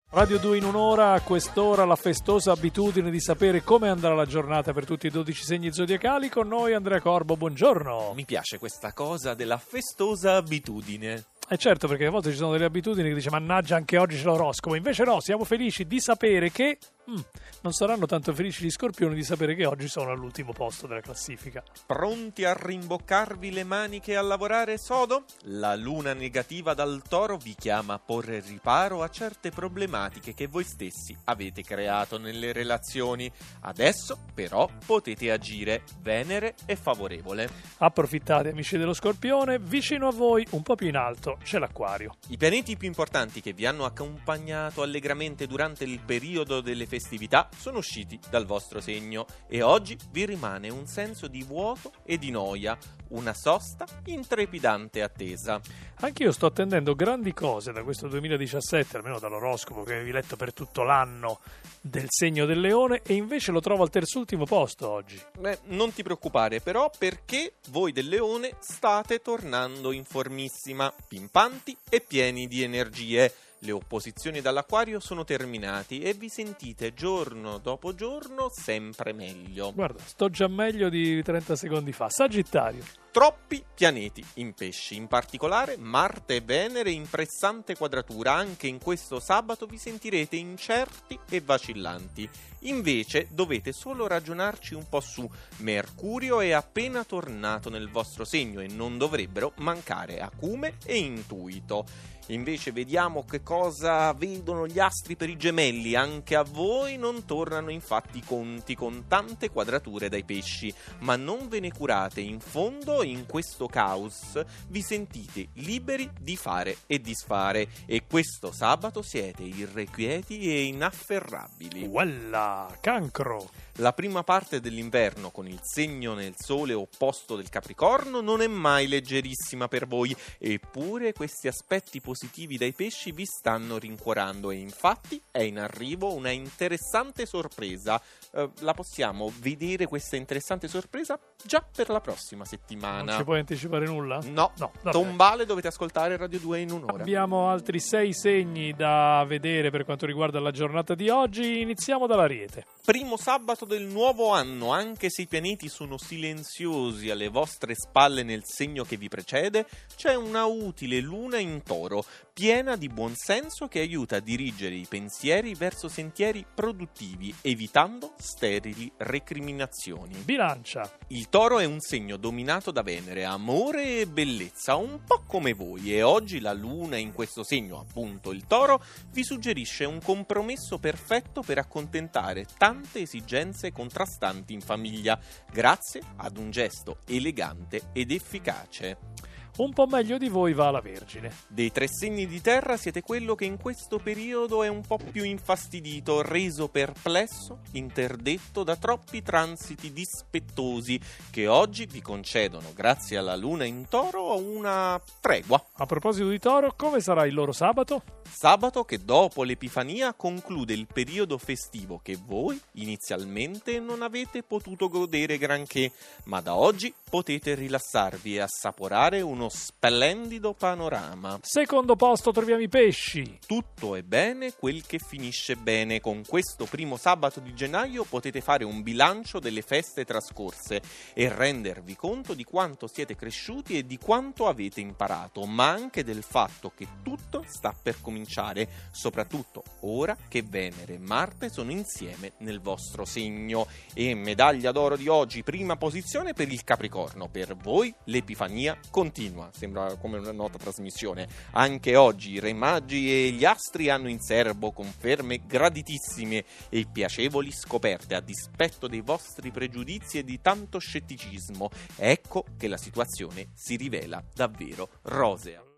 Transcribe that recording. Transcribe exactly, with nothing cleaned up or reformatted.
Radio due in un'ora, a quest'ora la festosa abitudine di sapere come andrà la giornata per tutti i dodici segni zodiacali. Con noi Andrea Corbo, buongiorno. Mi piace questa cosa della festosa abitudine. E eh certo, perché a volte ci sono delle abitudini che dice mannaggia anche oggi c'è l'oroscopo, invece no, siamo felici di sapere che mm, non saranno tanto felici gli scorpioni di sapere che oggi sono all'ultimo posto della classifica. Pronti a rimboccarvi le maniche e a lavorare sodo? La luna negativa dal Toro vi chiama a porre riparo a certe problematiche che voi stessi avete creato nelle relazioni. Adesso però potete agire. Venere è favorevole. Approfittate, amici dello Scorpione, vicino a voi, un po' più in alto, c'è l'Acquario. I pianeti più importanti che vi hanno accompagnato allegramente durante il periodo delle festività sono usciti dal vostro segno e oggi vi rimane un senso di vuoto e di noia, una sosta in trepidante attesa. Anch'io sto attendendo grandi cose da questo duemiladiciassette, almeno dall'oroscopo che avevi letto per tutto l'anno del segno del Leone, e invece lo trovo al terzultimo posto oggi. Beh, non ti preoccupare però, perché voi del Leone state tornando in formissima, pimpanti e pieni di energie. Le opposizioni dall'Acquario sono terminati e vi sentite giorno dopo giorno sempre meglio. Guarda, sto già meglio di trenta secondi fa. Sagittario. Troppi pianeti in pesci, in particolare Marte e Venere in pressante quadratura. Anche in questo sabato vi sentirete incerti e vacillanti. Invece dovete solo ragionarci un po' su. Mercurio è appena tornato nel vostro segno e non dovrebbero mancare acume e intuito. Invece vediamo che cosa vedono gli astri per i Gemelli. Anche a voi non tornano infatti i conti con tante quadrature dai pesci, ma non ve ne curate. In fondo, in questo caos vi sentite liberi di fare e disfare, e questo sabato siete irrequieti e inafferrabili. Voilà, Cancro. La prima parte dell'inverno, con il segno nel sole opposto del Capricorno, non è mai leggerissima per voi, eppure questi aspetti positivi dai pesci vi stanno rincuorando, e infatti è in arrivo una interessante sorpresa. Eh, la possiamo vedere questa interessante sorpresa già per la prossima settimana. Non ci puoi anticipare nulla? No, no tombale, dovete ascoltare Radio due in un'ora. Abbiamo altri sei segni da vedere per quanto riguarda la giornata di oggi. Iniziamo dall'Ariete. Primo sabato del nuovo anno, anche se i pianeti sono silenziosi alle vostre spalle nel segno che vi precede, c'è una utile luna in Toro, piena di buonsenso, che aiuta a dirigere i pensieri verso sentieri produttivi, evitando sterili recriminazioni. Bilancia. Il Toro è un segno dominato da Venere, amore e bellezza, un po' come voi, e oggi la luna in questo segno, appunto il Toro, vi suggerisce un compromesso perfetto per accontentare tante esigenze contrastanti in famiglia, grazie ad un gesto elegante ed efficace. Un po' meglio di voi va la Vergine. Dei tre segni di terra siete quello che in questo periodo è un po' più infastidito, reso perplesso, interdetto da troppi transiti dispettosi che oggi vi concedono, grazie alla luna in Toro, una tregua. A proposito di Toro, come sarà il loro sabato? Sabato che dopo l'Epifania conclude il periodo festivo che voi inizialmente non avete potuto godere granché, ma da oggi potete rilassarvi e assaporare uno splendido panorama. Secondo posto troviamo i pesci. Tutto è bene quel che finisce bene. Con questo primo sabato di gennaio potete fare un bilancio delle feste trascorse e rendervi conto di quanto siete cresciuti e di quanto avete imparato, ma anche del fatto che tutto sta per cominciare, soprattutto ora che Venere e Marte sono insieme nel vostro segno. E medaglia d'oro di oggi, prima posizione per il Capricorno. Per voi l'Epifania continua. Sembra come una nota trasmissione. Anche oggi i re magi e gli astri hanno in serbo conferme graditissime e piacevoli scoperte, a dispetto dei vostri pregiudizi e di tanto scetticismo. Ecco che la situazione si rivela davvero rosea.